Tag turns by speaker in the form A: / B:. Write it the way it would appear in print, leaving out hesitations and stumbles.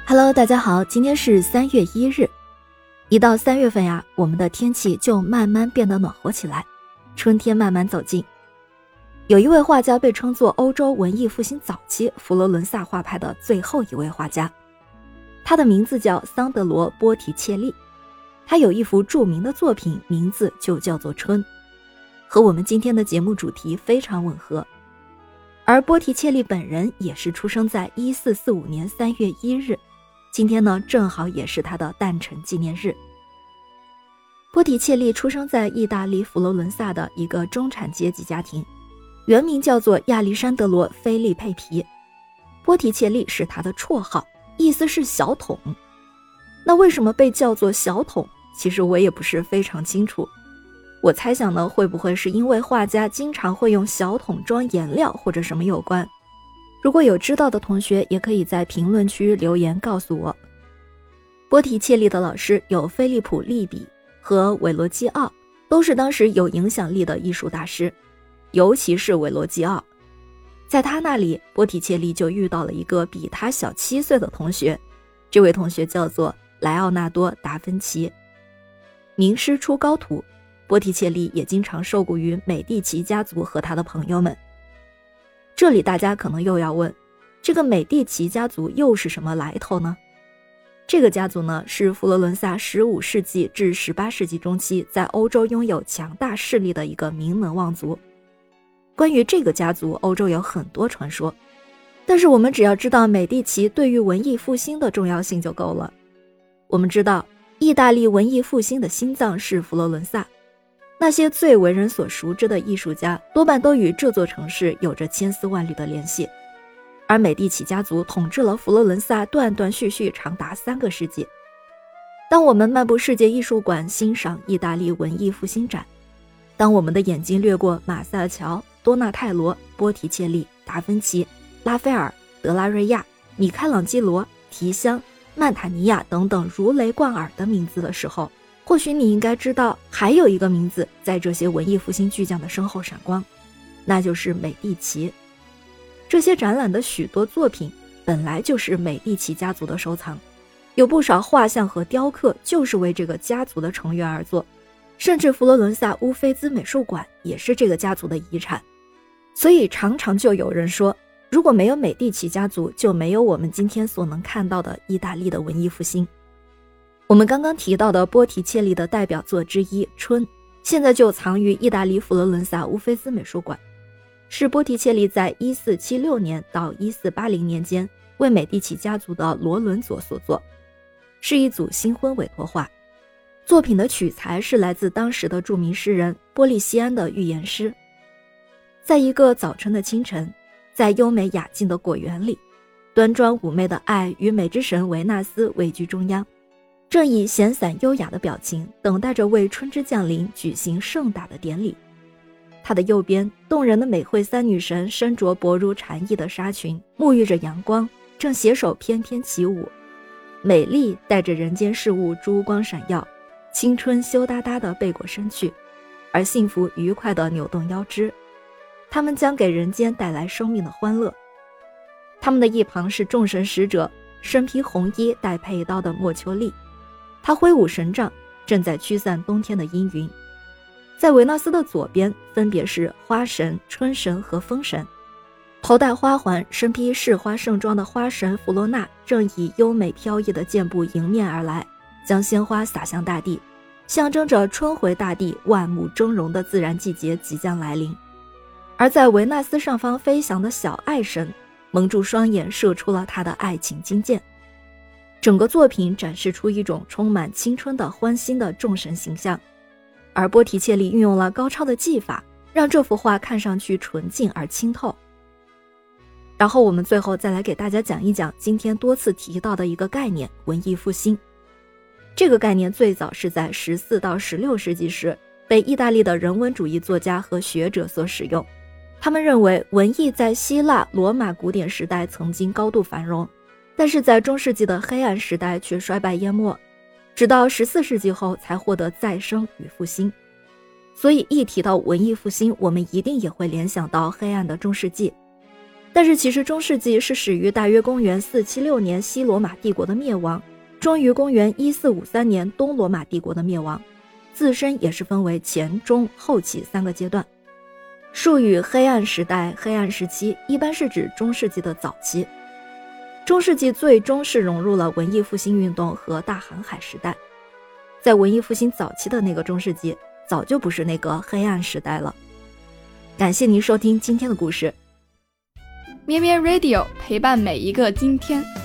A: Hello， 大家好，今天是3月1日。一到3月份呀，我们的天气就慢慢变得暖和起来，春天慢慢走近。有一位画家被称作欧洲文艺复兴早期佛罗伦萨画派的最后一位画家，他的名字叫桑德罗·波提切利。他有一幅著名的作品，名字就叫做《春》，和我们今天的节目主题非常吻合。而波提切利本人也是出生在1445年3月1日，今天呢正好也是他的诞辰纪念日。波提切利出生在意大利佛罗伦萨的一个中产阶级家庭，原名叫做亚历山德罗·菲利佩皮，波提切利是他的绰号，意思是小桶。那为什么被叫做小桶？其实我也不是非常清楚。我猜想呢，会不会是因为画家经常会用小桶装颜料或者什么有关？如果有知道的同学，也可以在评论区留言告诉我。波提切利的老师有菲利普·利比和韦罗基奥，都是当时有影响力的艺术大师，尤其是韦罗基奥。在他那里，波提切利就遇到了一个比他小7岁的同学，这位同学叫做莱奥纳多·达芬奇。名师出高徒，波提切利也经常受雇于美第奇家族和他的朋友们。这里大家可能又要问，这个美第奇家族又是什么来头呢？这个家族呢，是佛罗伦萨15世纪至18世纪中期在欧洲拥有强大势力的一个名门望族。关于这个家族，欧洲有很多传说，但是我们只要知道美第奇对于文艺复兴的重要性就够了。我们知道意大利文艺复兴的心脏是佛罗伦萨，那些最为人所熟知的艺术家多半都与这座城市有着千丝万缕的联系，而美第奇家族统治了佛罗伦萨断断续续长达3个世纪。当我们漫步世界艺术馆欣赏意大利文艺复兴展，当我们的眼睛掠过马赛尔乔、多纳泰罗、波提切利、达芬奇、拉斐尔、德拉瑞亚、米开朗基罗、提香、曼塔尼亚等等如雷贯耳的名字的时候，或许你应该知道还有一个名字在这些文艺复兴巨匠的身后闪光，那就是美第奇。这些展览的许多作品本来就是美第奇家族的收藏，有不少画像和雕刻就是为这个家族的成员而做，甚至佛罗伦萨乌菲兹美术馆也是这个家族的遗产。所以常常就有人说，如果没有美第奇家族，就没有我们今天所能看到的意大利的文艺复兴。我们刚刚提到的波提切利的代表作之一《春》，现在就藏于意大利佛罗伦萨乌菲兹美术馆，是波提切利在1476年到1480年间为美第奇家族的罗伦佐所作，是一组新婚委托画。作品的取材是来自当时的著名诗人波利西安的寓言诗。在一个早春的清晨，在优美雅静的果园里，端庄妩媚的爱与美之神维纳斯位居中央，正以闲散优雅的表情等待着为春之降临举行盛大的典礼。他的右边，动人的美惠三女神身着薄如蝉翼的纱裙，沐浴着阳光，正携手翩翩起舞。美丽带着人间事物珠光闪耀，青春羞答答地背过身去，而幸福愉快地扭动腰肢。他们将给人间带来生命的欢乐。他们的一旁是众神使者，身披红衣带佩刀的莫丘利，他挥舞神杖，正在驱散冬天的阴云。在维纳斯的左边，分别是花神、春神和风神。头戴花环、身披饰花盛装的花神弗罗纳正以优美飘逸的箭步迎面而来，将鲜花洒向大地，象征着春回大地、万物峥嵘的自然季节即将来临。而在维纳斯上方飞翔的小爱神，蒙住双眼，射出了他的爱情金箭。整个作品展示出一种充满青春的欢欣的众神形象，而波提切利运用了高超的技法，让这幅画看上去纯净而清透。然后我们最后再来给大家讲一讲今天多次提到的一个概念——文艺复兴。这个概念最早是在14到16世纪时被意大利的人文主义作家和学者所使用。他们认为文艺在希腊、罗马古典时代曾经高度繁荣，但是在中世纪的黑暗时代却衰败淹没，直到14世纪后才获得再生与复兴。所以一提到文艺复兴，我们一定也会联想到黑暗的中世纪。 但是其实中世纪是始于大约公元476年西罗马帝国的灭亡，终于公元1453年东罗马帝国的灭亡，自身也是分为前、中、后期3个阶段。术语黑暗时代、黑暗时期一般是指中世纪的早期。中世纪最终是融入了文艺复兴运动和大航海时代。在文艺复兴早期的那个中世纪，早就不是那个黑暗时代了。感谢您收听今天的故事。
B: 咩咩 Radio 陪伴每一个今天。